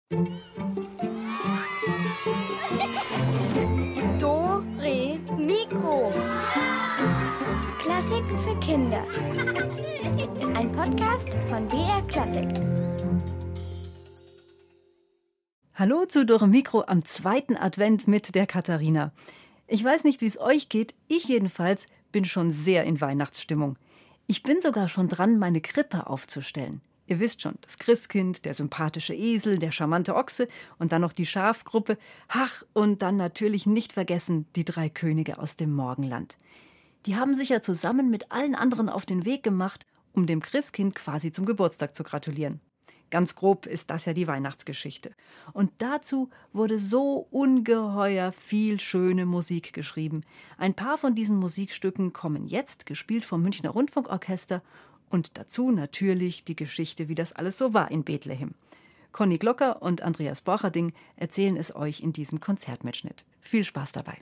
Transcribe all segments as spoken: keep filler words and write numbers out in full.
Dore Mikro. Klassiken für Kinder. Ein Podcast von B R Klassik. Hallo zu Dore Mikro am zweiten Advent mit der Katharina. Ich weiß nicht, wie es euch geht. Ich jedenfalls bin schon sehr in Weihnachtsstimmung. Ich bin sogar schon dran, meine Krippe aufzustellen. Ihr wisst schon, das Christkind, der sympathische Esel, der charmante Ochse und dann noch die Schafgruppe. Ach, und dann natürlich nicht vergessen die drei Könige aus dem Morgenland. Die haben sich ja zusammen mit allen anderen auf den Weg gemacht, um dem Christkind quasi zum Geburtstag zu gratulieren. Ganz grob ist das ja die Weihnachtsgeschichte. Und dazu wurde so ungeheuer viel schöne Musik geschrieben. Ein paar von diesen Musikstücken kommen jetzt, gespielt vom Münchner Rundfunkorchester. Und dazu natürlich die Geschichte, wie das alles so war in Bethlehem. Conny Glocker und Andreas Borcherding erzählen es euch in diesem Konzertmitschnitt. Viel Spaß dabei.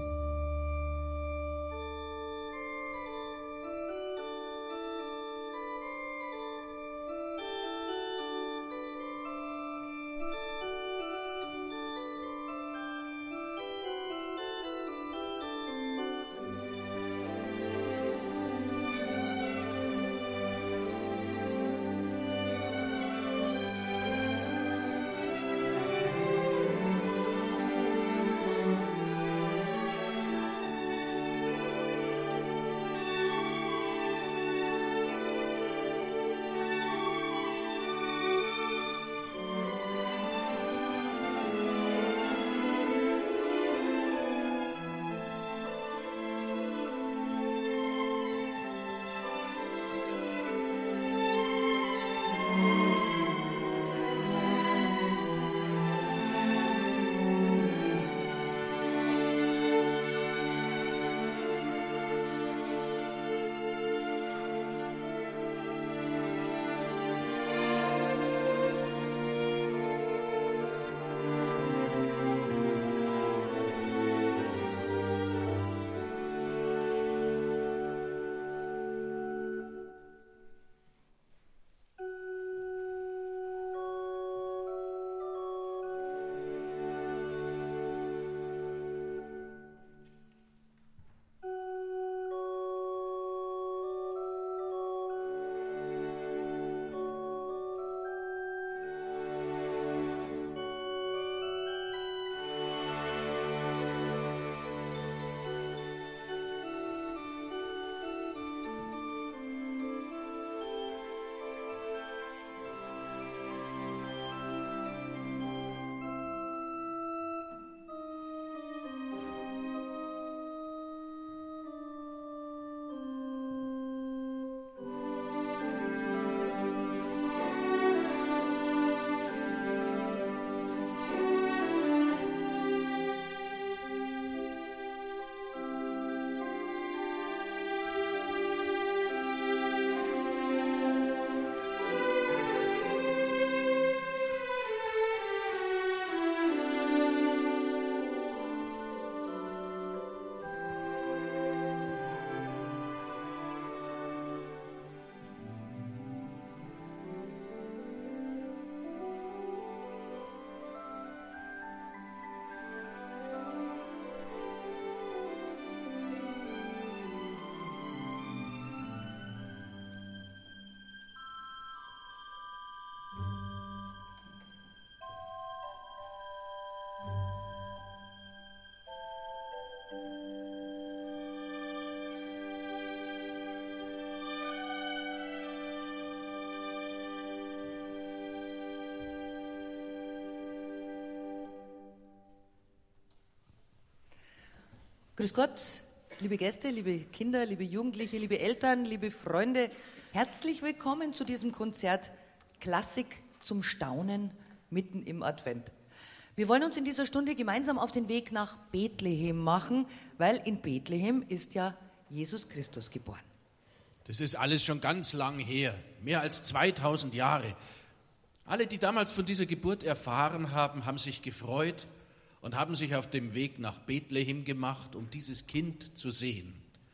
Grüß Gott, liebe Gäste, liebe Kinder, liebe Jugendliche, liebe Eltern, liebe Freunde. Herzlich willkommen zu diesem Konzert Klassik zum Staunen mitten im Advent. Wir wollen uns in dieser Stunde gemeinsam auf den Weg nach Bethlehem machen, weil in Bethlehem ist ja Jesus Christus geboren. Das ist alles schon ganz lang her, mehr als zweitausend Jahre. Alle, die damals von dieser Geburt erfahren haben, haben sich gefreut und haben sich auf dem Weg nach Bethlehem gemacht, um dieses Kind zu sehen.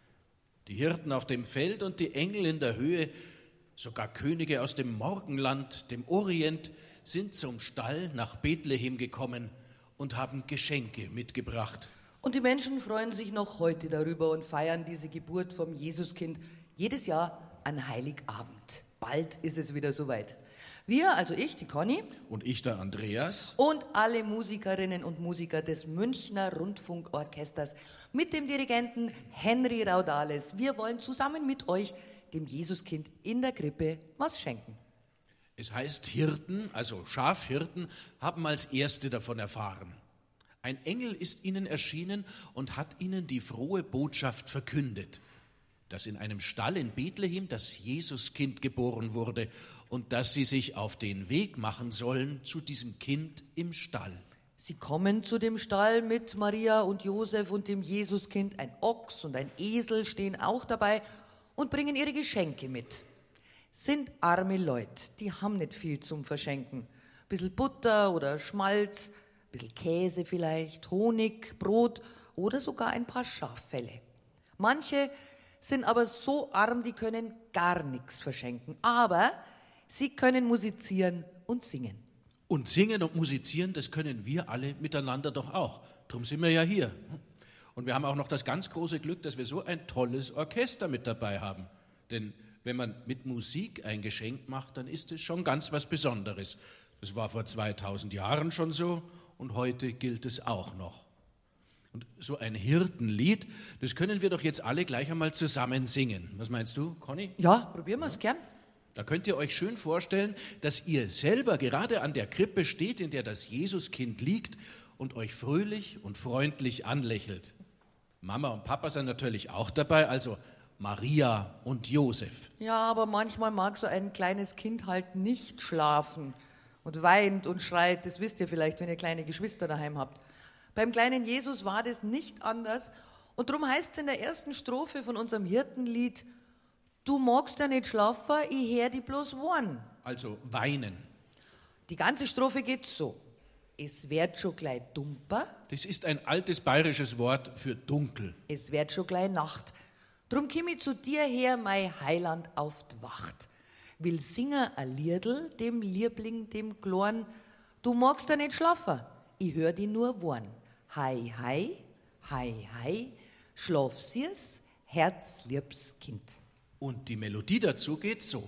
Die Hirten auf dem Feld und die Engel in der Höhe, sogar Könige aus dem Morgenland, dem Orient, sind zum Stall nach Bethlehem gekommen und haben Geschenke mitgebracht. Und die Menschen freuen sich noch heute darüber und feiern diese Geburt vom Jesuskind jedes Jahr an Heiligabend. Bald ist es wieder soweit. Wir, also ich, die Conny. Und ich, der Andreas. Und alle Musikerinnen und Musiker des Münchner Rundfunkorchesters mit dem Dirigenten Henry Raudales. Wir wollen zusammen mit euch dem Jesuskind in der Krippe was schenken. Es heißt, Hirten, also Schafhirten, haben als Erste davon erfahren. Ein Engel ist ihnen erschienen und hat ihnen die frohe Botschaft verkündet, dass in einem Stall in Bethlehem das Jesuskind geboren wurde und dass sie sich auf den Weg machen sollen zu diesem Kind im Stall. Sie kommen zu dem Stall mit Maria und Josef und dem Jesuskind. Ein Ochs und ein Esel stehen auch dabei und bringen ihre Geschenke mit. Sind arme Leute, die haben nicht viel zum Verschenken. Bisschen Butter oder Schmalz, bisschen Käse vielleicht, Honig, Brot oder sogar ein paar Schaffelle. Manche sind aber so arm, die können gar nichts verschenken. Aber sie können musizieren und singen. Und singen und musizieren, das können wir alle miteinander doch auch. Darum sind wir ja hier. Und wir haben auch noch das ganz große Glück, dass wir so ein tolles Orchester mit dabei haben. Denn wenn man mit Musik ein Geschenk macht, dann ist es schon ganz was Besonderes. Das war vor zweitausend Jahren schon so und heute gilt es auch noch. Und so ein Hirtenlied, das können wir doch jetzt alle gleich einmal zusammen singen. Was meinst du, Conny? Ja, probieren wir es gern. Da könnt ihr euch schön vorstellen, dass ihr selber gerade an der Krippe steht, in der das Jesuskind liegt und euch fröhlich und freundlich anlächelt. Mama und Papa sind natürlich auch dabei, also Maria und Josef. Ja, aber manchmal mag so ein kleines Kind halt nicht schlafen und weint und schreit. Das wisst ihr vielleicht, wenn ihr kleine Geschwister daheim habt. Beim kleinen Jesus war das nicht anders. Und darum heißt es in der ersten Strophe von unserem Hirtenlied: Du magst ja nicht schlafen, ich hör die bloß warnen. Also weinen. Die ganze Strophe geht so: Es wird schon gleich dumper. Das ist ein altes bayerisches Wort für dunkel. Es wird schon gleich Nacht. Drum komm ich zu dir her, mein Heiland auf d'Wacht. Will singen a Liedl, dem Liebling, dem Glorn. Du magst ja nicht schlafen, ich hör die nur warn. Hei, hei, hei, hei, schlaf sirs, herzliebs Kind. Und die Melodie dazu geht so.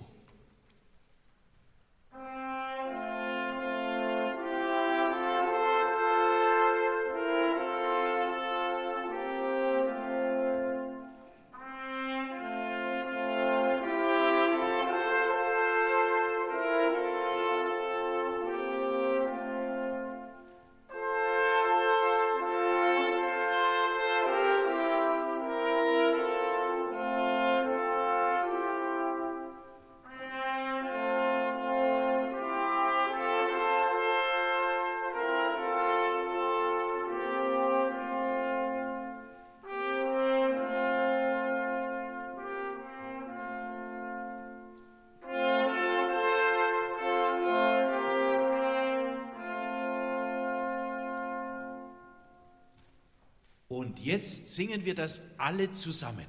Und jetzt singen wir das alle zusammen.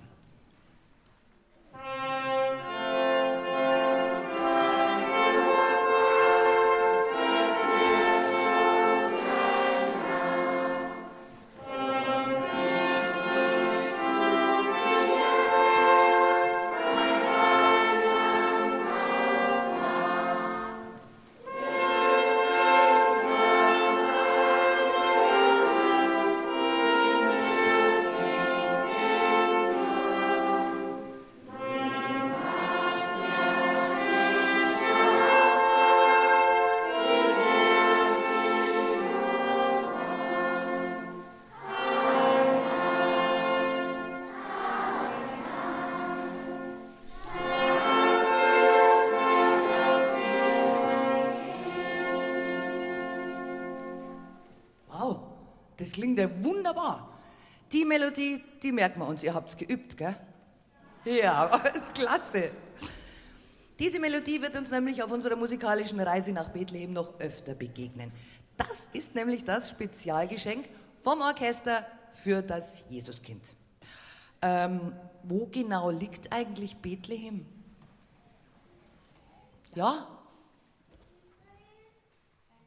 Das klingt ja wunderbar. Die Melodie, die merken wir uns. Ihr habt's geübt, gell? Ja, klasse. Diese Melodie wird uns nämlich auf unserer musikalischen Reise nach Bethlehem noch öfter begegnen. Das ist nämlich das Spezialgeschenk vom Orchester für das Jesuskind. Ähm, wo genau liegt eigentlich Bethlehem? Ja?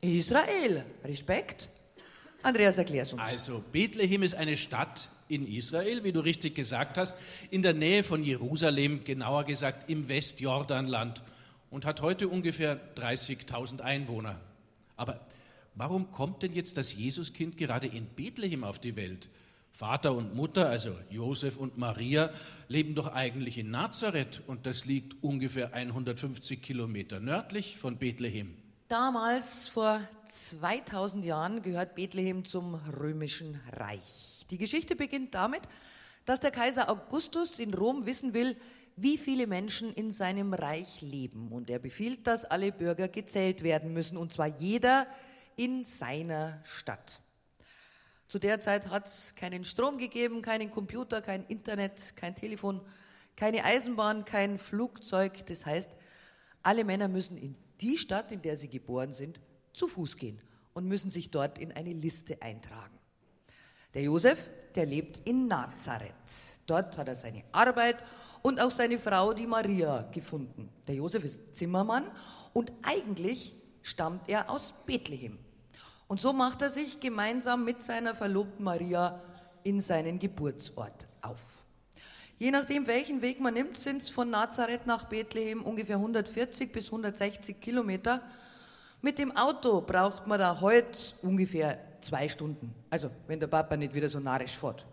Israel, Respekt. Andreas, erklär's uns. Also, Bethlehem ist eine Stadt in Israel, wie du richtig gesagt hast, in der Nähe von Jerusalem, genauer gesagt im Westjordanland und hat heute ungefähr dreißigtausend Einwohner. Aber warum kommt denn jetzt das Jesuskind gerade in Bethlehem auf die Welt? Vater und Mutter, also Josef und Maria, leben doch eigentlich in Nazareth und das liegt ungefähr hundertfünfzig Kilometer nördlich von Bethlehem. Damals, vor zweitausend Jahren, gehört Bethlehem zum Römischen Reich. Die Geschichte beginnt damit, dass der Kaiser Augustus in Rom wissen will, wie viele Menschen in seinem Reich leben. Und er befiehlt, dass alle Bürger gezählt werden müssen, und zwar jeder in seiner Stadt. Zu der Zeit hat es keinen Strom gegeben, keinen Computer, kein Internet, kein Telefon, keine Eisenbahn, kein Flugzeug. Das heißt, alle Männer müssen in die Stadt, in der sie geboren sind, zu Fuß gehen und müssen sich dort in eine Liste eintragen. Der Josef, der lebt in Nazareth. Dort hat er seine Arbeit und auch seine Frau, die Maria, gefunden. Der Josef ist Zimmermann und eigentlich stammt er aus Bethlehem. Und so macht er sich gemeinsam mit seiner Verlobten Maria in seinen Geburtsort auf. Je nachdem, welchen Weg man nimmt, sind es von Nazareth nach Bethlehem ungefähr hundertvierzig bis hundertsechzig Kilometer. Mit dem Auto braucht man da heute ungefähr zwei Stunden. Also, wenn der Papa nicht wieder so narrisch fährt.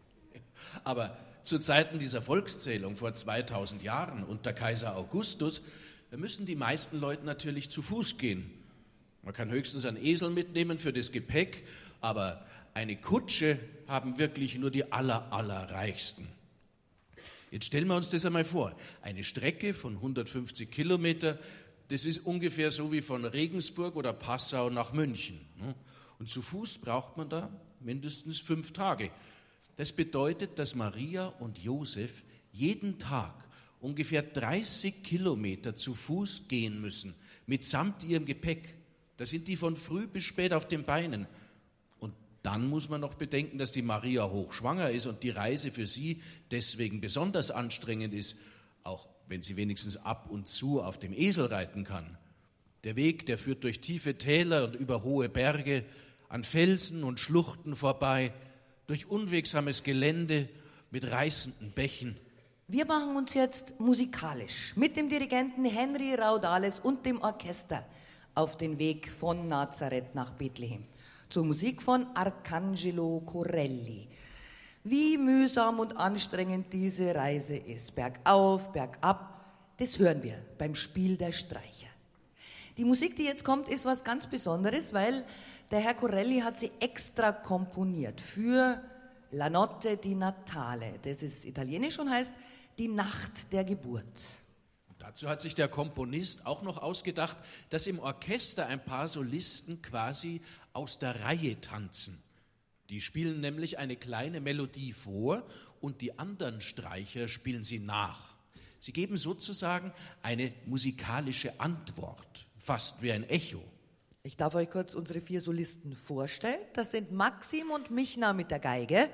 Aber zu Zeiten dieser Volkszählung vor zweitausend Jahren unter Kaiser Augustus müssen die meisten Leute natürlich zu Fuß gehen. Man kann höchstens einen Esel mitnehmen für das Gepäck, aber eine Kutsche haben wirklich nur die aller, allerreichsten. Jetzt stellen wir uns das einmal vor. Eine Strecke von hundertfünfzig Kilometer, das ist ungefähr so wie von Regensburg oder Passau nach München. Und zu Fuß braucht man da mindestens fünf Tage. Das bedeutet, dass Maria und Josef jeden Tag ungefähr dreißig Kilometer zu Fuß gehen müssen, mitsamt ihrem Gepäck. Da sind die von früh bis spät auf den Beinen. Und dann muss man noch bedenken, dass die Maria hochschwanger ist und die Reise für sie deswegen besonders anstrengend ist, auch wenn sie wenigstens ab und zu auf dem Esel reiten kann. Der Weg, der führt durch tiefe Täler und über hohe Berge, an Felsen und Schluchten vorbei, durch unwegsames Gelände mit reißenden Bächen. Wir machen uns jetzt musikalisch mit dem Dirigenten Henry Raudales und dem Orchester auf den Weg von Nazareth nach Bethlehem, zur Musik von Arcangelo Corelli. Wie mühsam und anstrengend diese Reise ist, bergauf, bergab, das hören wir beim Spiel der Streicher. Die Musik, die jetzt kommt, ist was ganz Besonderes, weil der Herr Corelli hat sie extra komponiert für La Notte di Natale. Das ist italienisch und heißt die Nacht der Geburt. Dazu hat sich der Komponist auch noch ausgedacht, dass im Orchester ein paar Solisten quasi aus der Reihe tanzen. Die spielen nämlich eine kleine Melodie vor und die anderen Streicher spielen sie nach. Sie geben sozusagen eine musikalische Antwort, fast wie ein Echo. Ich darf euch kurz unsere vier Solisten vorstellen. Das sind Maxim und Michna mit der Geige.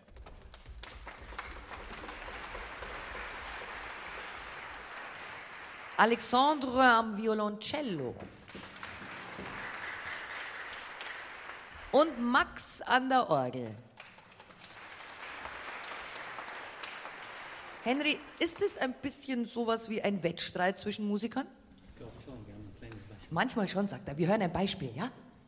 Alexandre am Violoncello und Max an der Orgel. Henry, ist es ein bisschen sowas wie ein Wettstreit zwischen Musikern? Ich glaube schon, wir haben ein kleines Beispiel. Manchmal schon, sagt er. Wir hören ein Beispiel, ja?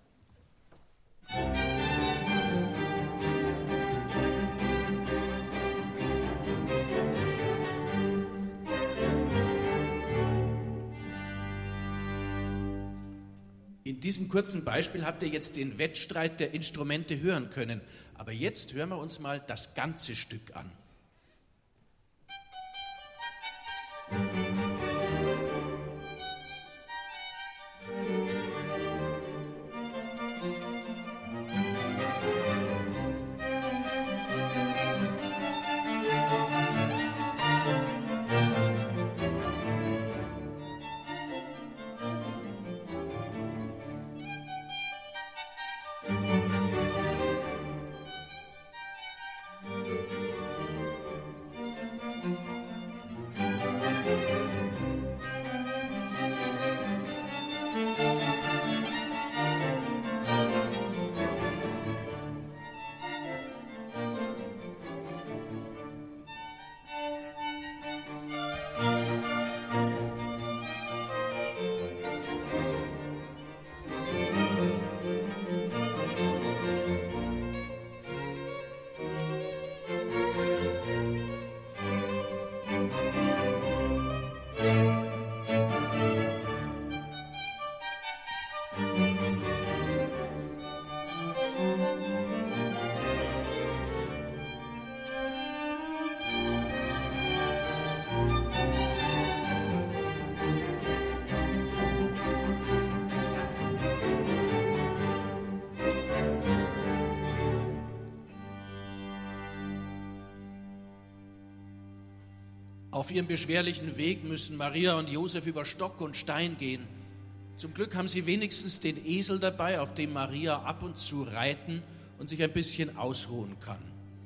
In diesem kurzen Beispiel habt ihr jetzt den Wettstreit der Instrumente hören können. Aber jetzt hören wir uns mal das ganze Stück an. Auf ihrem beschwerlichen Weg müssen Maria und Josef über Stock und Stein gehen. Zum Glück haben sie wenigstens den Esel dabei, auf dem Maria ab und zu reiten und sich ein bisschen ausruhen kann.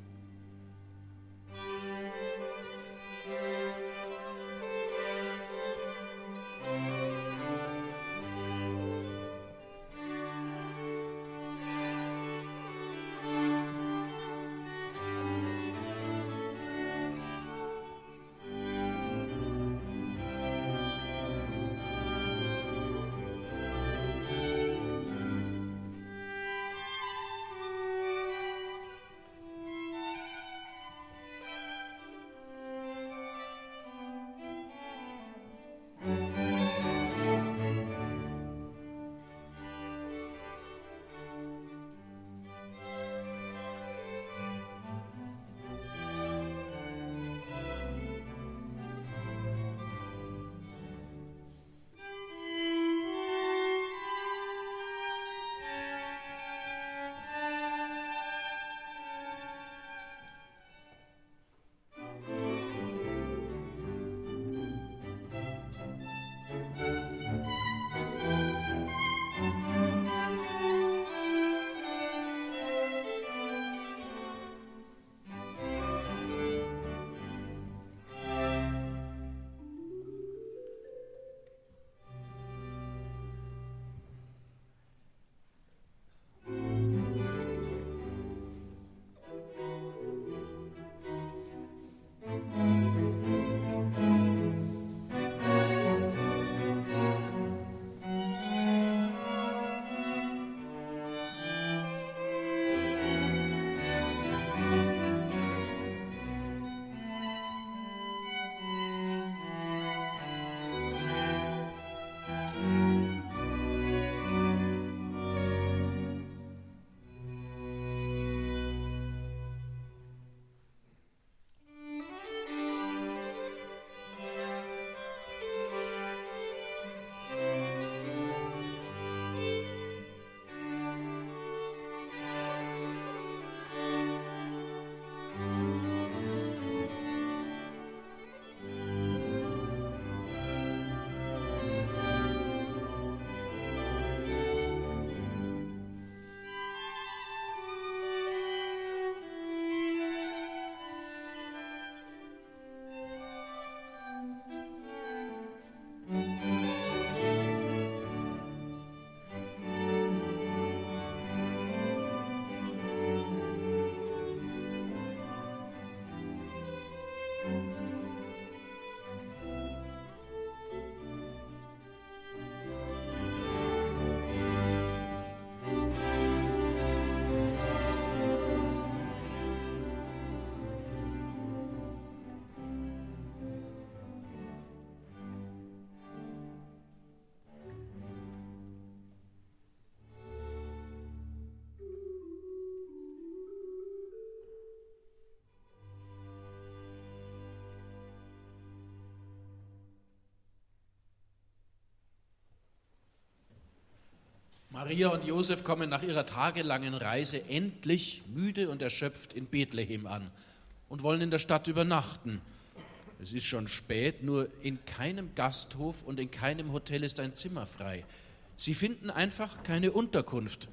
Maria und Josef kommen nach ihrer tagelangen Reise endlich müde und erschöpft in Bethlehem an und wollen in der Stadt übernachten. Es ist schon spät, nur in keinem Gasthof und in keinem Hotel ist ein Zimmer frei. Sie finden einfach keine Unterkunft.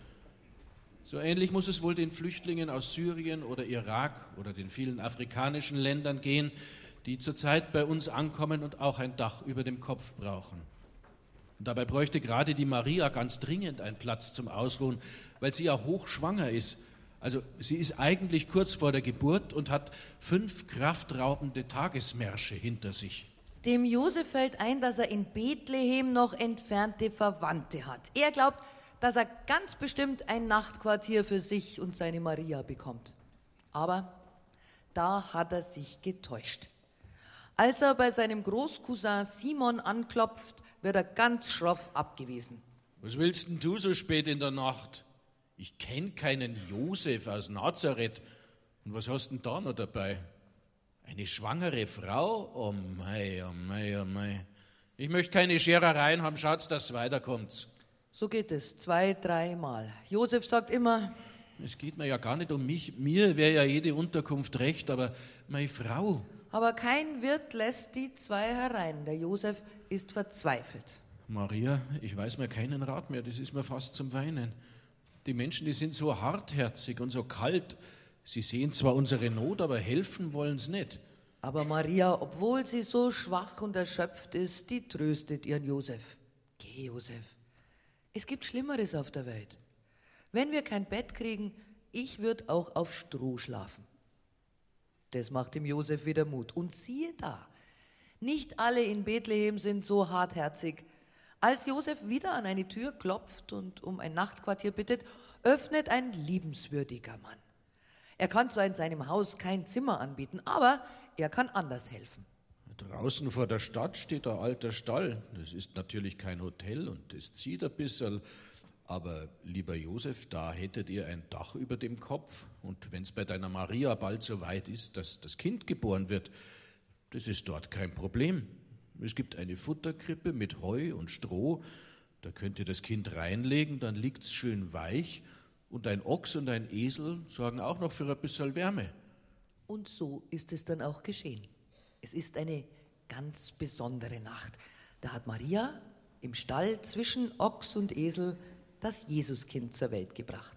So ähnlich muss es wohl den Flüchtlingen aus Syrien oder Irak oder den vielen afrikanischen Ländern gehen, die zurzeit bei uns ankommen und auch ein Dach über dem Kopf brauchen. Und dabei bräuchte gerade die Maria ganz dringend einen Platz zum Ausruhen, weil sie ja hochschwanger ist. Also sie ist eigentlich kurz vor der Geburt und hat fünf kraftraubende Tagesmärsche hinter sich. Dem Josef fällt ein, dass er in Bethlehem noch entfernte Verwandte hat. Er glaubt, dass er ganz bestimmt ein Nachtquartier für sich und seine Maria bekommt. Aber da hat er sich getäuscht. Als er bei seinem Großcousin Simon anklopft, wird er ganz schroff abgewiesen. Was willst denn du so spät in der Nacht? Ich kenne keinen Josef aus Nazareth. Und was hast denn da noch dabei? Eine schwangere Frau? Oh mei, oh mei, oh mei. Ich möchte keine Scherereien haben, schaut's, dass es weiterkommt. So geht es, zwei, dreimal. Josef sagt immer, es geht mir ja gar nicht um mich. Mir wäre ja jede Unterkunft recht, aber meine Frau. Aber kein Wirt lässt die zwei herein. Der Josef ist verzweifelt. Maria, ich weiß mir keinen Rat mehr, das ist mir fast zum Weinen. Die Menschen, die sind so hartherzig und so kalt. Sie sehen zwar unsere Not, aber helfen wollen es nicht. Aber Maria, obwohl sie so schwach und erschöpft ist, die tröstet ihren Josef. Geh, Josef, es gibt Schlimmeres auf der Welt. Wenn wir kein Bett kriegen, ich würde auch auf Stroh schlafen. Das macht dem Josef wieder Mut. Und siehe da, nicht alle in Bethlehem sind so hartherzig. Als Josef wieder an eine Tür klopft und um ein Nachtquartier bittet, öffnet ein liebenswürdiger Mann. Er kann zwar in seinem Haus kein Zimmer anbieten, aber er kann anders helfen. Draußen vor der Stadt steht ein alter Stall. Das ist natürlich kein Hotel und das zieht ein bisschen. Aber, lieber Josef, da hättet ihr ein Dach über dem Kopf. Und wenn es bei deiner Maria bald so weit ist, dass das Kind geboren wird, das ist dort kein Problem. Es gibt eine Futterkrippe mit Heu und Stroh. Da könnt ihr das Kind reinlegen, dann liegt's schön weich. Und ein Ochs und ein Esel sorgen auch noch für ein bisschen Wärme. Und so ist es dann auch geschehen. Es ist eine ganz besondere Nacht. Da hat Maria im Stall zwischen Ochs und Esel das Jesuskind zur Welt gebracht.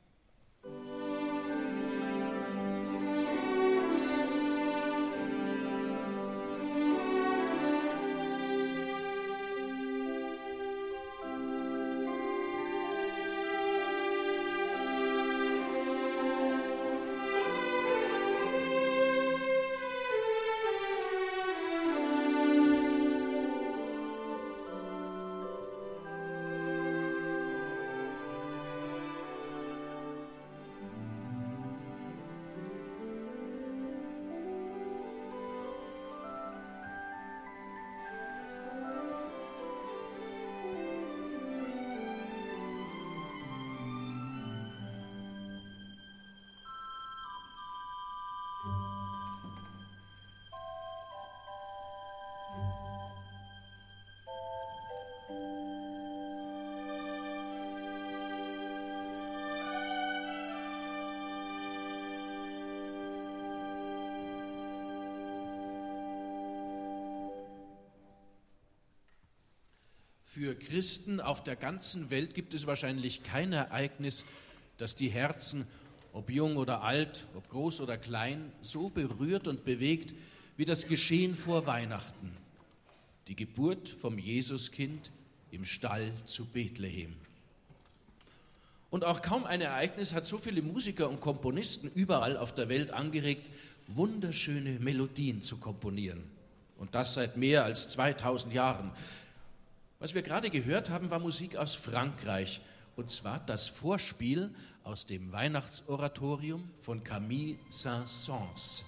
Für Christen auf der ganzen Welt gibt es wahrscheinlich kein Ereignis, das die Herzen, ob jung oder alt, ob groß oder klein, so berührt und bewegt wie das Geschehen vor Weihnachten. Die Geburt vom Jesuskind im Stall zu Bethlehem. Und auch kaum ein Ereignis hat so viele Musiker und Komponisten überall auf der Welt angeregt, wunderschöne Melodien zu komponieren. Und das seit mehr als zweitausend Jahren. Was wir gerade gehört haben, war Musik aus Frankreich, und zwar das Vorspiel aus dem Weihnachtsoratorium von Camille Saint-Saëns.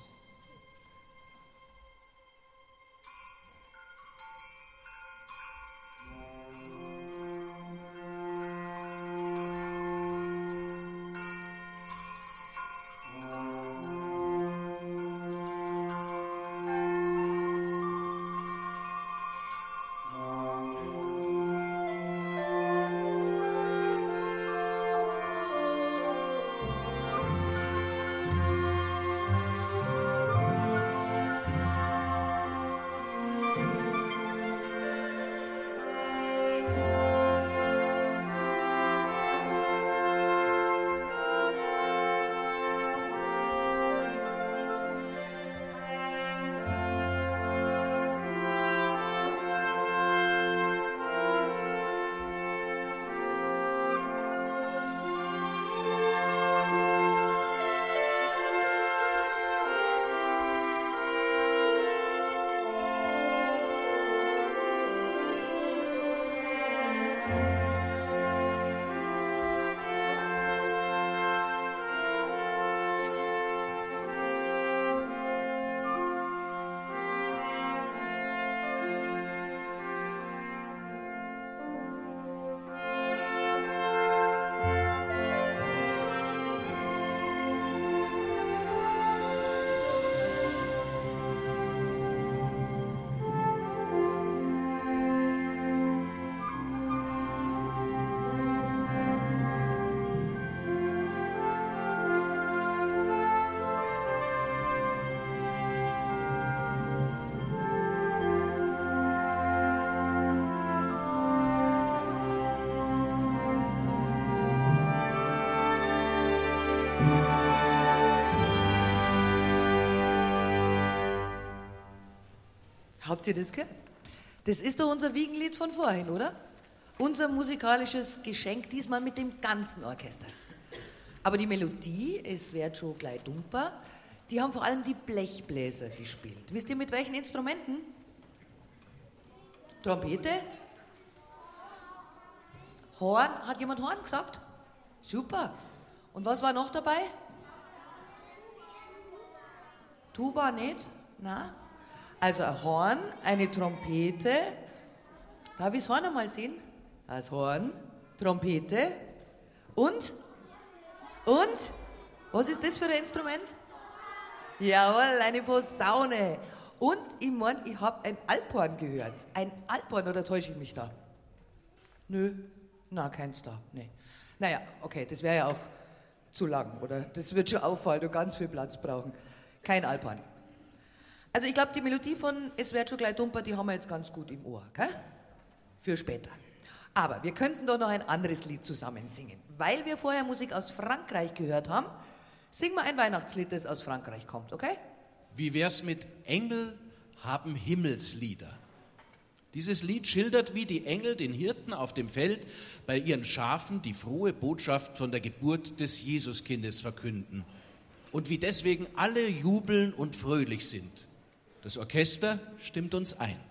Habt ihr das gehört? Das ist doch unser Wiegenlied von vorhin, oder? Unser musikalisches Geschenk, diesmal mit dem ganzen Orchester. Aber die Melodie, es wird schon gleich dumper, die haben vor allem die Blechbläser gespielt. Wisst ihr mit welchen Instrumenten? Trompete? Horn? Hat jemand Horn gesagt? Super. Und was war noch dabei? Tuba nicht? Na? Also ein Horn, eine Trompete. Darf ich das Horn einmal sehen? Das Horn, Trompete und? Und? Was ist das für ein Instrument? Jawohl, eine Posaune. Und ich mein, ich habe ein Alphorn gehört. Ein Alphorn, oder täusche ich mich da? Nö, na, keins da, nee. Naja, okay, das wäre ja auch zu lang, oder? Das wird schon auffallen und ganz viel Platz brauchen. Kein Alphorn. Also ich glaube, die Melodie von Es wird schon gleich dumper, die haben wir jetzt ganz gut im Ohr, gell? Für später. Aber wir könnten doch noch ein anderes Lied zusammen singen. Weil wir vorher Musik aus Frankreich gehört haben, singen wir ein Weihnachtslied, das aus Frankreich kommt, okay? Wie wär's mit Engel haben Himmelslieder? Dieses Lied schildert, wie die Engel den Hirten auf dem Feld bei ihren Schafen die frohe Botschaft von der Geburt des Jesuskindes verkünden. Und wie deswegen alle jubeln und fröhlich sind. Das Orchester stimmt uns ein.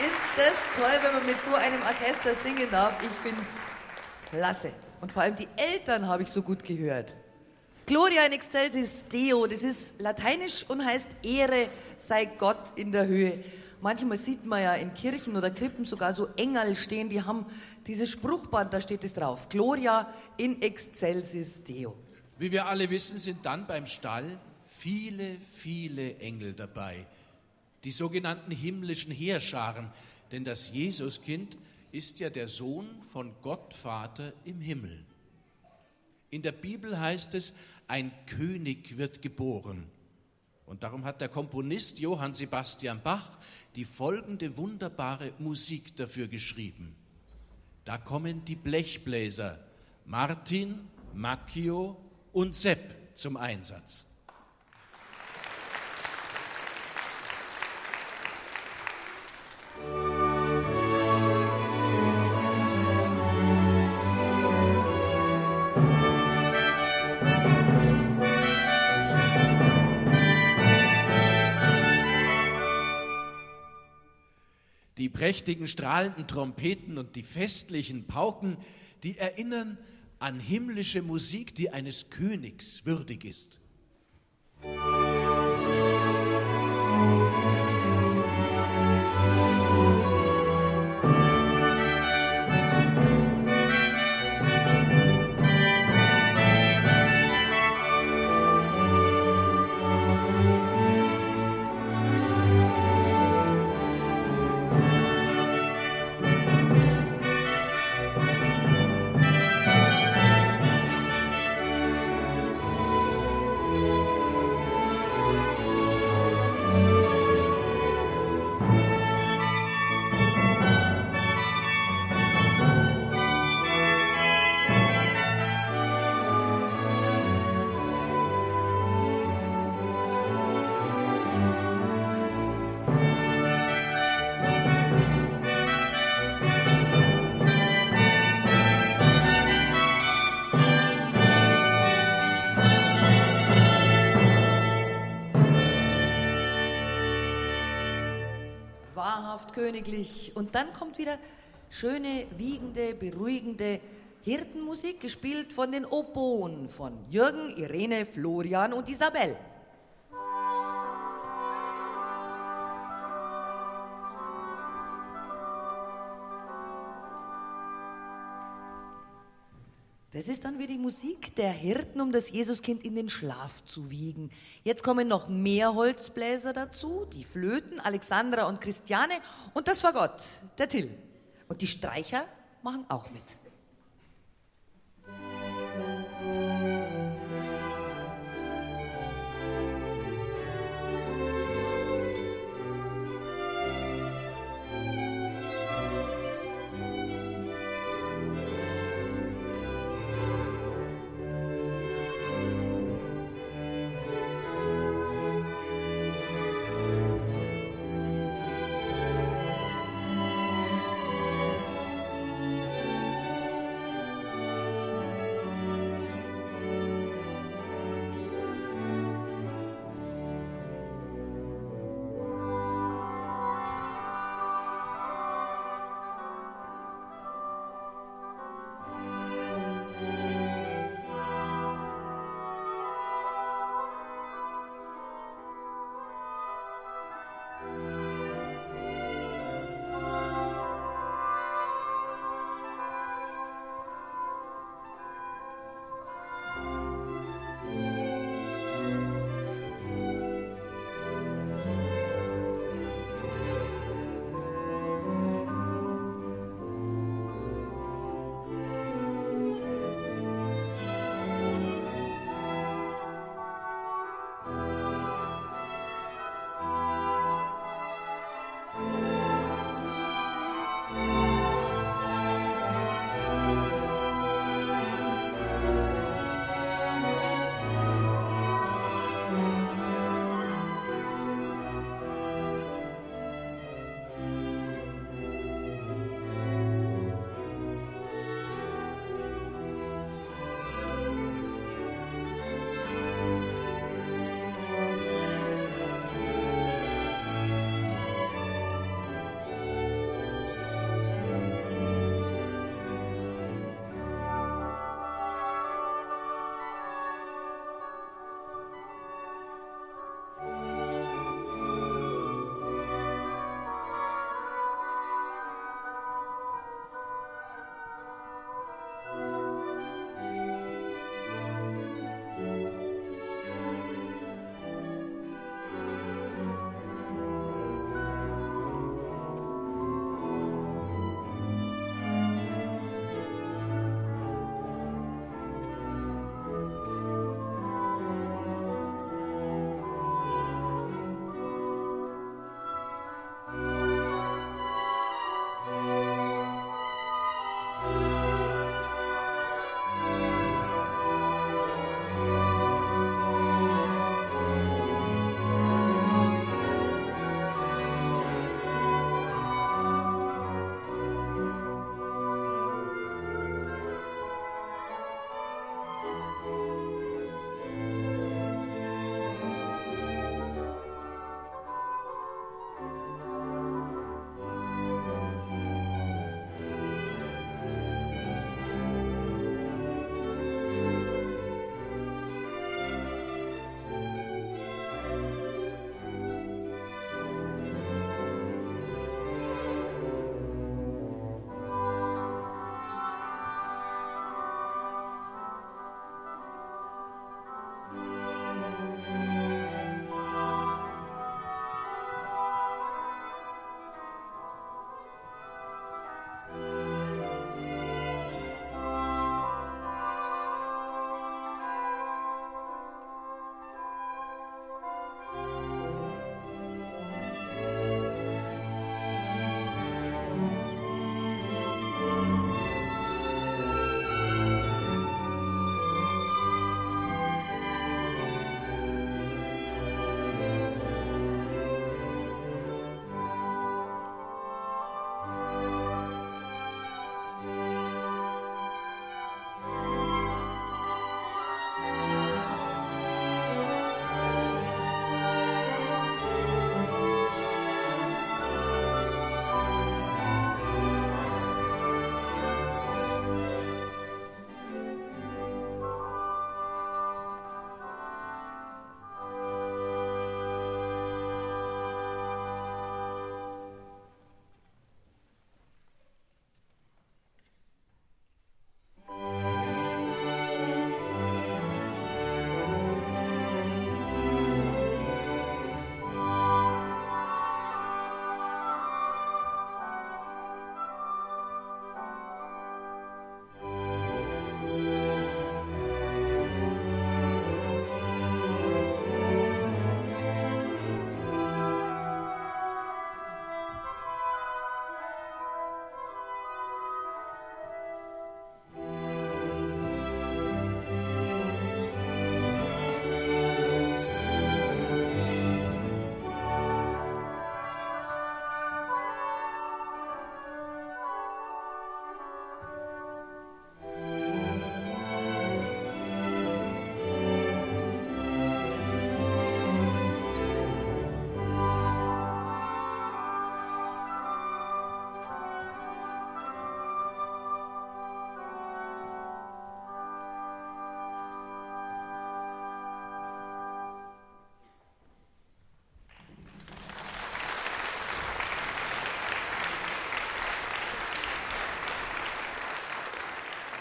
Ist das toll, wenn man mit so einem Orchester singen darf? Ich find's klasse. Und vor allem die Eltern habe ich so gut gehört. Gloria in excelsis Deo, das ist lateinisch und heißt Ehre sei Gott in der Höhe. Manchmal sieht man ja in Kirchen oder Krippen sogar so Engel stehen, die haben dieses Spruchband, da steht es drauf. Gloria in excelsis Deo. Wie wir alle wissen, sind dann beim Stall viele, viele Engel dabei. Die sogenannten himmlischen Heerscharen. Denn das Jesuskind ist ja der Sohn von Gott Vater im Himmel. In der Bibel heißt es, ein König wird geboren. Und darum hat der Komponist Johann Sebastian Bach die folgende wunderbare Musik dafür geschrieben. Da kommen die Blechbläser Martin, Macchio und Sepp zum Einsatz. Die prächtigen, strahlenden Trompeten und die festlichen Pauken, die erinnern an himmlische Musik, die eines Königs würdig ist. Wahrhaft königlich. Und dann kommt wieder schöne, wiegende, beruhigende Hirtenmusik, gespielt von den Oboen von Jürgen, Irene, Florian und Isabel. Das ist dann wie die Musik der Hirten, um das Jesuskind in den Schlaf zu wiegen. Jetzt kommen noch mehr Holzbläser dazu, die Flöten, Alexandra und Christiane und das Fagott, der Till. Und die Streicher machen auch mit.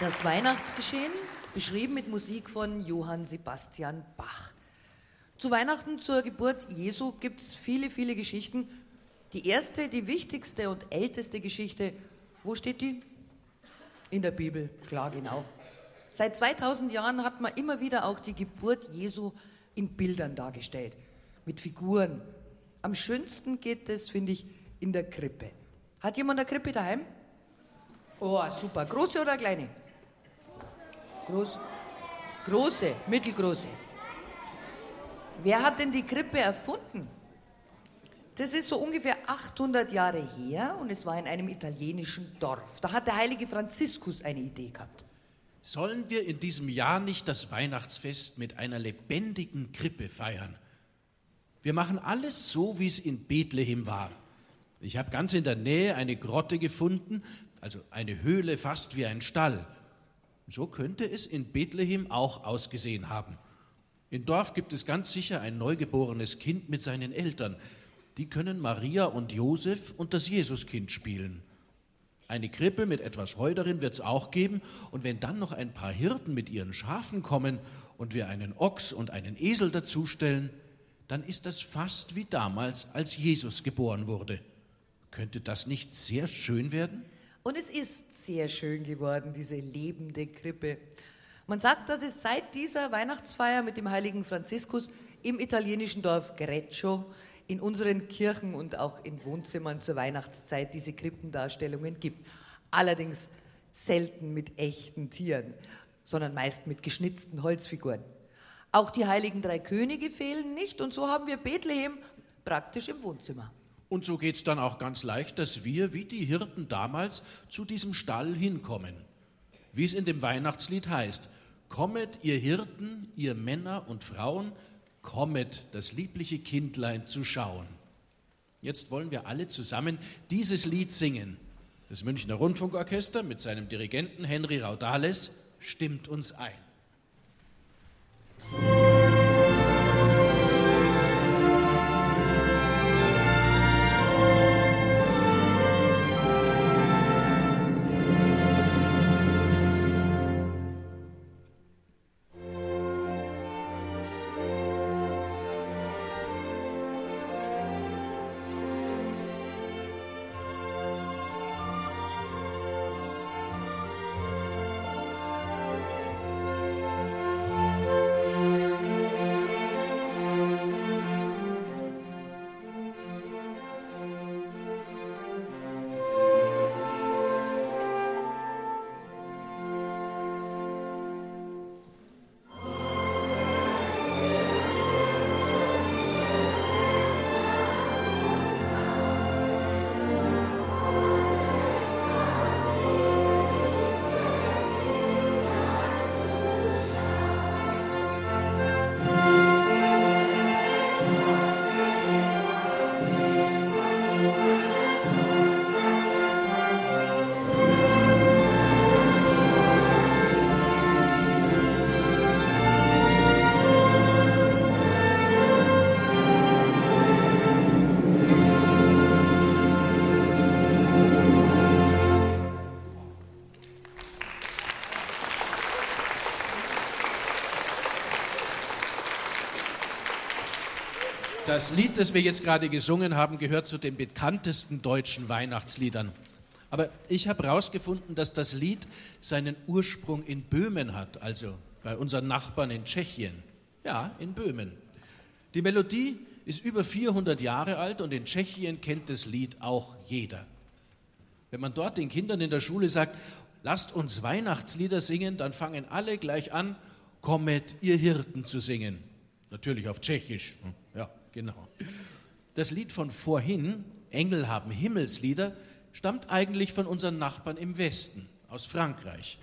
Das Weihnachtsgeschehen, beschrieben mit Musik von Johann Sebastian Bach. Zu Weihnachten, zur Geburt Jesu, gibt es viele, viele Geschichten. Die erste, die wichtigste und älteste Geschichte, wo steht die? In der Bibel, klar, genau. Seit zweitausend Jahren hat man immer wieder auch die Geburt Jesu in Bildern dargestellt, mit Figuren. Am schönsten geht es, finde ich, in der Krippe. Hat jemand eine Krippe daheim? Oh, super. Große oder kleine? Groß? Große, mittelgroße. Wer hat denn die Krippe erfunden? Das ist so ungefähr achthundert Jahre her und es war in einem italienischen Dorf. Da hat der heilige Franziskus eine Idee gehabt. Sollen wir in diesem Jahr nicht das Weihnachtsfest mit einer lebendigen Krippe feiern? Wir machen alles so, wie es in Bethlehem war. Ich habe ganz in der Nähe eine Grotte gefunden, also eine Höhle fast wie ein Stall. So könnte es in Bethlehem auch ausgesehen haben. Im Dorf gibt es ganz sicher ein neugeborenes Kind mit seinen Eltern. Die können Maria und Josef und das Jesuskind spielen. Eine Krippe mit etwas Heu darin wird es auch geben. Und wenn dann noch ein paar Hirten mit ihren Schafen kommen und wir einen Ochs und einen Esel dazustellen, dann ist das fast wie damals, als Jesus geboren wurde. Könnte das nicht sehr schön werden? Und es ist sehr schön geworden, diese lebende Krippe. Man sagt, dass es seit dieser Weihnachtsfeier mit dem heiligen Franziskus im italienischen Dorf Greccio in unseren Kirchen und auch in Wohnzimmern zur Weihnachtszeit diese Krippendarstellungen gibt. Allerdings selten mit echten Tieren, sondern meist mit geschnitzten Holzfiguren. Auch die heiligen drei Könige fehlen nicht und so haben wir Bethlehem praktisch im Wohnzimmer. Und so geht es dann auch ganz leicht, dass wir, wie die Hirten damals, zu diesem Stall hinkommen. Wie es in dem Weihnachtslied heißt: Kommet, ihr Hirten, ihr Männer und Frauen, kommet, das liebliche Kindlein zu schauen. Jetzt wollen wir alle zusammen dieses Lied singen. Das Münchner Rundfunkorchester mit seinem Dirigenten Henry Raudales stimmt uns ein. Das Lied, das wir jetzt gerade gesungen haben, gehört zu den bekanntesten deutschen Weihnachtsliedern. Aber ich habe herausgefunden, dass das Lied seinen Ursprung in Böhmen hat, also bei unseren Nachbarn in Tschechien. Ja, in Böhmen. Die Melodie ist über vierhundert Jahre alt und in Tschechien kennt das Lied auch jeder. Wenn man dort den Kindern in der Schule sagt, lasst uns Weihnachtslieder singen, dann fangen alle gleich an, kommet, ihr Hirten zu singen. Natürlich auf Tschechisch. Ja, genau. Das Lied von vorhin, Engel haben Himmelslieder, stammt eigentlich von unseren Nachbarn im Westen, aus Frankreich.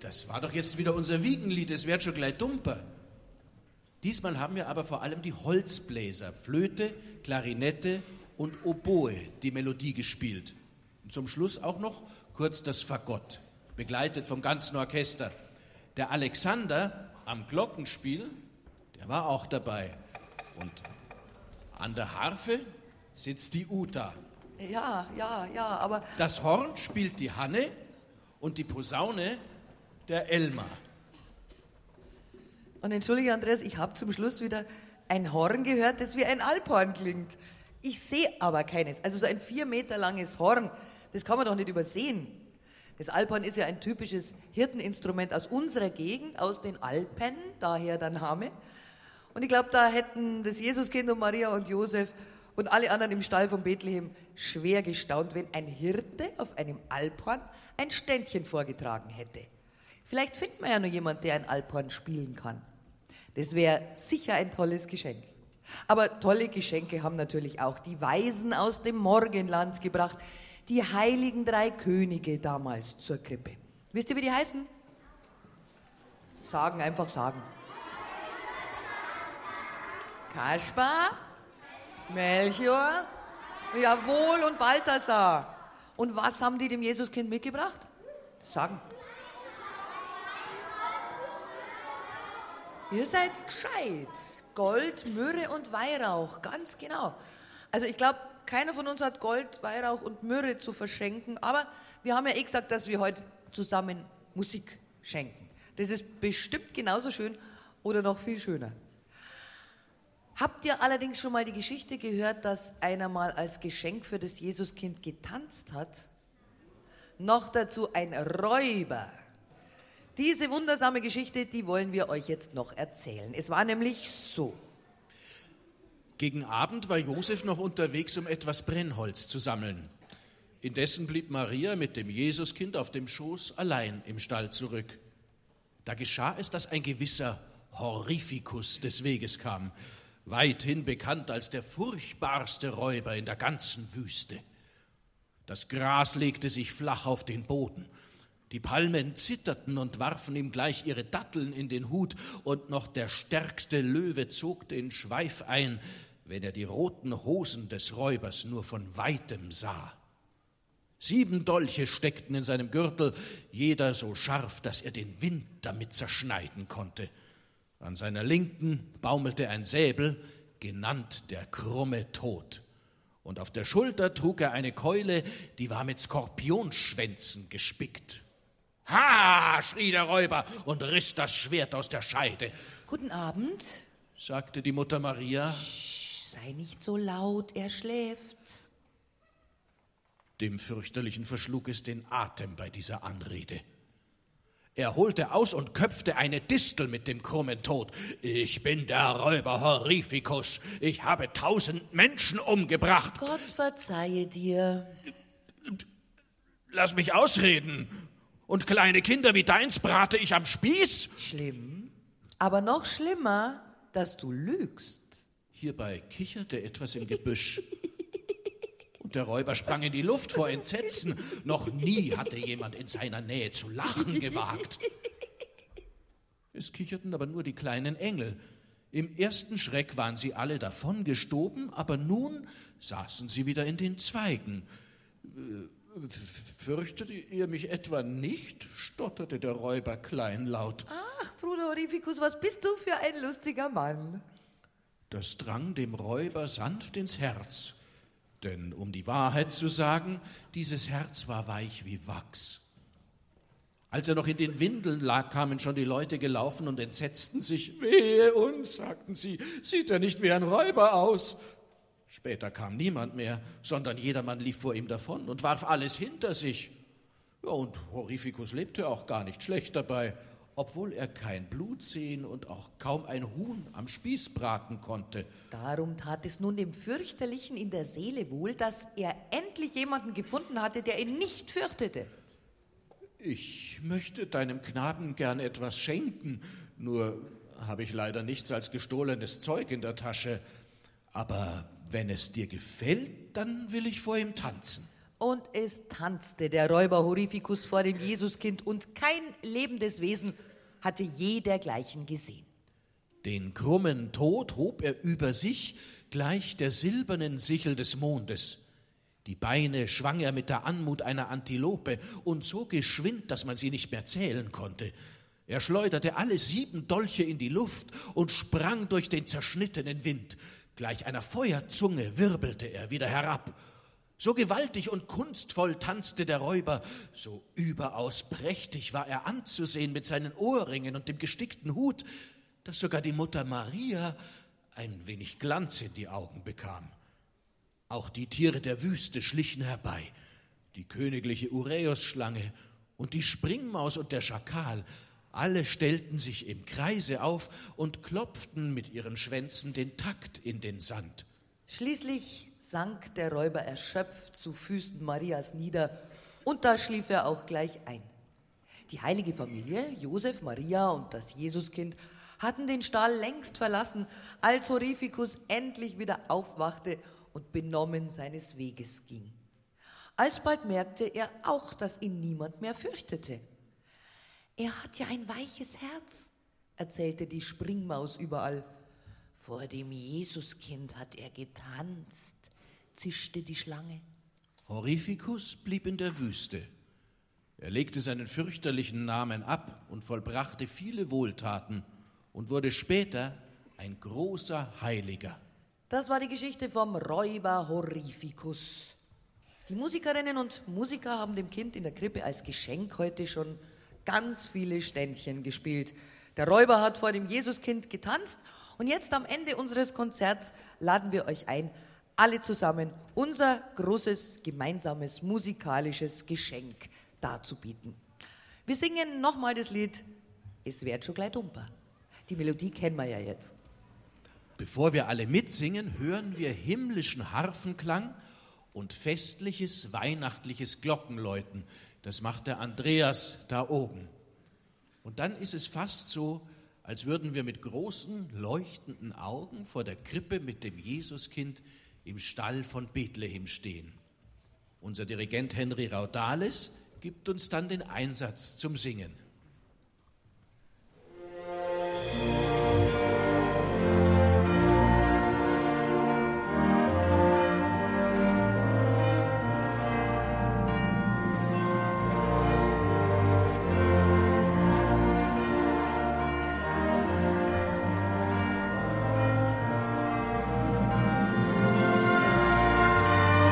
Das war doch jetzt wieder unser Wiegenlied, es wird schon gleich dumper. Diesmal haben wir aber vor allem die Holzbläser, Flöte, Klarinette und Oboe die Melodie gespielt. Und zum Schluss auch noch kurz das Fagott, begleitet vom ganzen Orchester. Der Alexander am Glockenspiel, der war auch dabei. Und an der Harfe sitzt die Uta. Ja, ja, ja, aber... Das Horn spielt die Hanne und die Posaune der Elmar. Und entschuldige, Andreas, ich habe zum Schluss wieder ein Horn gehört, das wie ein Alphorn klingt. Ich sehe aber keines. Also so ein vier Meter langes Horn, das kann man doch nicht übersehen. Das Alphorn ist ja ein typisches Hirteninstrument aus unserer Gegend, aus den Alpen, daher der Name. Und ich glaube, da hätten das Jesuskind und Maria und Josef und alle anderen im Stall von Bethlehem schwer gestaunt, wenn ein Hirte auf einem Alphorn ein Ständchen vorgetragen hätte. Vielleicht findet man ja noch jemand, der ein Alphorn spielen kann. Das wäre sicher ein tolles Geschenk. Aber tolle Geschenke haben natürlich auch die Weisen aus dem Morgenland gebracht, die heiligen drei Könige damals zur Krippe. Wisst ihr, wie die heißen? Sagen, einfach sagen. Kaspar, Melchior, jawohl, und Balthasar. Und was haben die dem Jesuskind mitgebracht? Sagen. Ihr seid gescheit. Gold, Myrrhe und Weihrauch, ganz genau. Also ich glaube, keiner von uns hat Gold, Weihrauch und Myrrhe zu verschenken, aber wir haben ja eh gesagt, dass wir heute zusammen Musik schenken. Das ist bestimmt genauso schön oder noch viel schöner. Habt ihr allerdings schon mal die Geschichte gehört, dass einer mal als Geschenk für das Jesuskind getanzt hat? Noch dazu ein Räuber. Diese wundersame Geschichte, die wollen wir euch jetzt noch erzählen. Es war nämlich so. Gegen Abend war Josef noch unterwegs, um etwas Brennholz zu sammeln. Indessen blieb Maria mit dem Jesuskind auf dem Schoß allein im Stall zurück. Da geschah es, dass ein gewisser Horrificus des Weges kam, weithin bekannt als der furchtbarste Räuber in der ganzen Wüste. Das Gras legte sich flach auf den Boden. Die Palmen zitterten und warfen ihm gleich ihre Datteln in den Hut, und noch der stärkste Löwe zog den Schweif ein, wenn er die roten Hosen des Räubers nur von Weitem sah. Sieben Dolche steckten in seinem Gürtel, jeder so scharf, dass er den Wind damit zerschneiden konnte. An seiner Linken baumelte ein Säbel, genannt der krumme Tod. Und auf der Schulter trug er eine Keule, die war mit Skorpionschwänzen gespickt. »Ha!« schrie der Räuber und riss das Schwert aus der Scheide. »Guten Abend«, sagte die Mutter Maria. »Sch, sei nicht so laut, er schläft.« Dem Fürchterlichen verschlug es den Atem bei dieser Anrede. Er holte aus und köpfte eine Distel mit dem krummen Tod. »Ich bin der Räuber Horrificus. Ich habe tausend Menschen umgebracht.« »Gott verzeihe dir.« »Lass mich ausreden. Und kleine Kinder wie deins brate ich am Spieß?« »Schlimm, aber noch schlimmer, dass du lügst.« Hierbei kicherte etwas im Gebüsch. Und der Räuber sprang in die Luft vor Entsetzen. Noch nie hatte jemand in seiner Nähe zu lachen gewagt. Es kicherten aber nur die kleinen Engel. Im ersten Schreck waren sie alle davongestoben, aber nun saßen sie wieder in den Zweigen. »Fürchtet ihr mich etwa nicht?« stotterte der Räuber kleinlaut. »Ach, Bruder Horrificus, was bist du für ein lustiger Mann?« Das drang dem Räuber sanft ins Herz. Denn, um die Wahrheit zu sagen, dieses Herz war weich wie Wachs. Als er noch in den Windeln lag, kamen schon die Leute gelaufen und entsetzten sich. »Wehe uns«, sagten sie, »sieht er nicht wie ein Räuber aus?« Später kam niemand mehr, sondern jedermann lief vor ihm davon und warf alles hinter sich. Ja, und Horrificus lebte auch gar nicht schlecht dabei, obwohl er kein Blut sehen und auch kaum ein Huhn am Spieß braten konnte. Darum tat es nun dem Fürchterlichen in der Seele wohl, dass er endlich jemanden gefunden hatte, der ihn nicht fürchtete. »Ich möchte deinem Knaben gern etwas schenken, nur habe ich leider nichts als gestohlenes Zeug in der Tasche. Aber wenn es dir gefällt, dann will ich vor ihm tanzen.« Und es tanzte der Räuber Horrificus vor dem Jesuskind, und kein lebendes Wesen hatte je dergleichen gesehen. Den krummen Tod hob er über sich, gleich der silbernen Sichel des Mondes. Die Beine schwang er mit der Anmut einer Antilope und so geschwind, dass man sie nicht mehr zählen konnte. Er schleuderte alle sieben Dolche in die Luft und sprang durch den zerschnittenen Wind. Gleich einer Feuerzunge wirbelte er wieder herab. So gewaltig und kunstvoll tanzte der Räuber, so überaus prächtig war er anzusehen mit seinen Ohrringen und dem gestickten Hut, dass sogar die Mutter Maria ein wenig Glanz in die Augen bekam. Auch die Tiere der Wüste schlichen herbei, die königliche Uräusschlange und die Springmaus und der Schakal, alle stellten sich im Kreise auf und klopften mit ihren Schwänzen den Takt in den Sand. Schließlich sank der Räuber erschöpft zu Füßen Marias nieder, und da schlief er auch gleich ein. Die heilige Familie, Josef, Maria und das Jesuskind, hatten den Stall längst verlassen, als Horrificus endlich wieder aufwachte und benommen seines Weges ging. Alsbald merkte er auch, dass ihn niemand mehr fürchtete. Er hat ja ein weiches Herz, erzählte die Springmaus überall. Vor dem Jesuskind hat er getanzt, zischte die Schlange. Horrificus blieb in der Wüste. Er legte seinen fürchterlichen Namen ab und vollbrachte viele Wohltaten und wurde später ein großer Heiliger. Das war die Geschichte vom Räuber Horrificus. Die Musikerinnen und Musiker haben dem Kind in der Krippe als Geschenk heute schon ganz viele Ständchen gespielt. Der Räuber hat vor dem Jesuskind getanzt, und jetzt am Ende unseres Konzerts laden wir euch ein, alle zusammen unser großes gemeinsames musikalisches Geschenk darzubieten. Wir singen nochmal das Lied Es werd schon gleich dumper. Die Melodie kennen wir ja jetzt. Bevor wir alle mitsingen, hören wir himmlischen Harfenklang und festliches, weihnachtliches Glockenläuten. Das macht der Andreas da oben. Und dann ist es fast so, als würden wir mit großen, leuchtenden Augen vor der Krippe mit dem Jesuskind im Stall von Bethlehem stehen. Unser Dirigent Henry Raudales gibt uns dann den Einsatz zum Singen.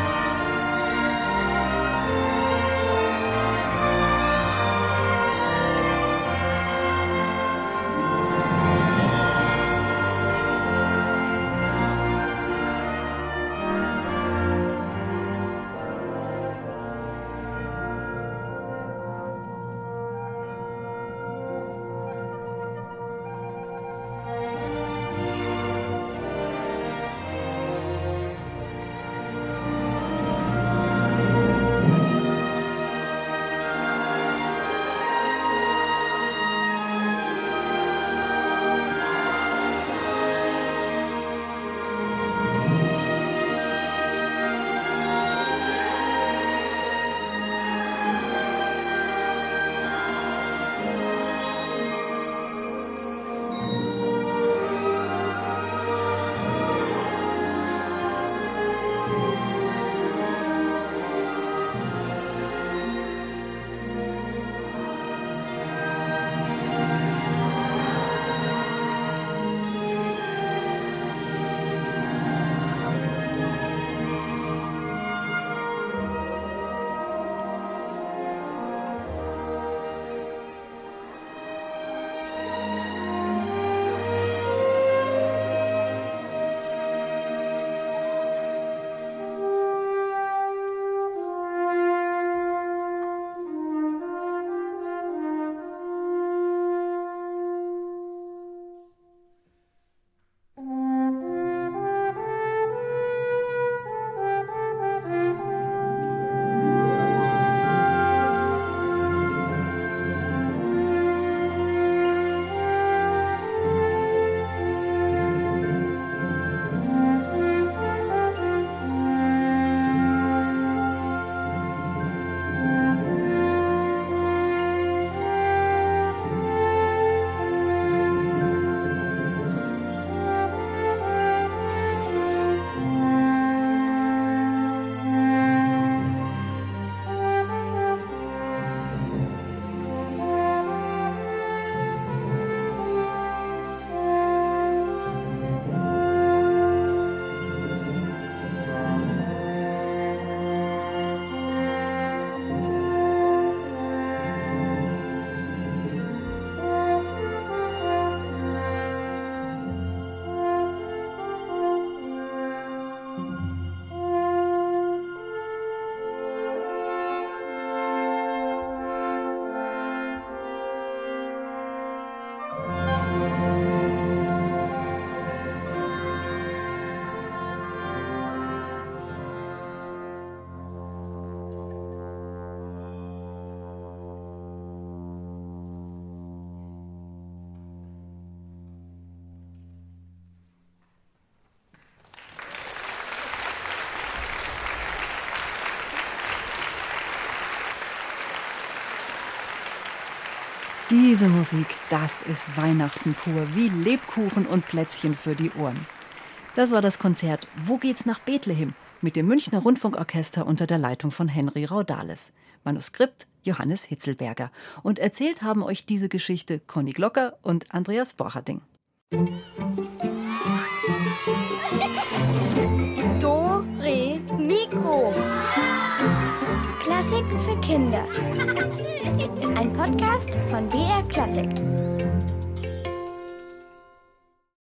Thank Diese Musik, das ist Weihnachten pur, wie Lebkuchen und Plätzchen für die Ohren. Das war das Konzert Wo geht's nach Bethlehem? Mit dem Münchner Rundfunkorchester unter der Leitung von Henry Raudales. Manuskript Johannes Hitzelberger. Und erzählt haben euch diese Geschichte Conny Glocker und Andreas Borcherding. Dore Mikro. Klassik für Kinder. Ein Podcast von B R Klassik.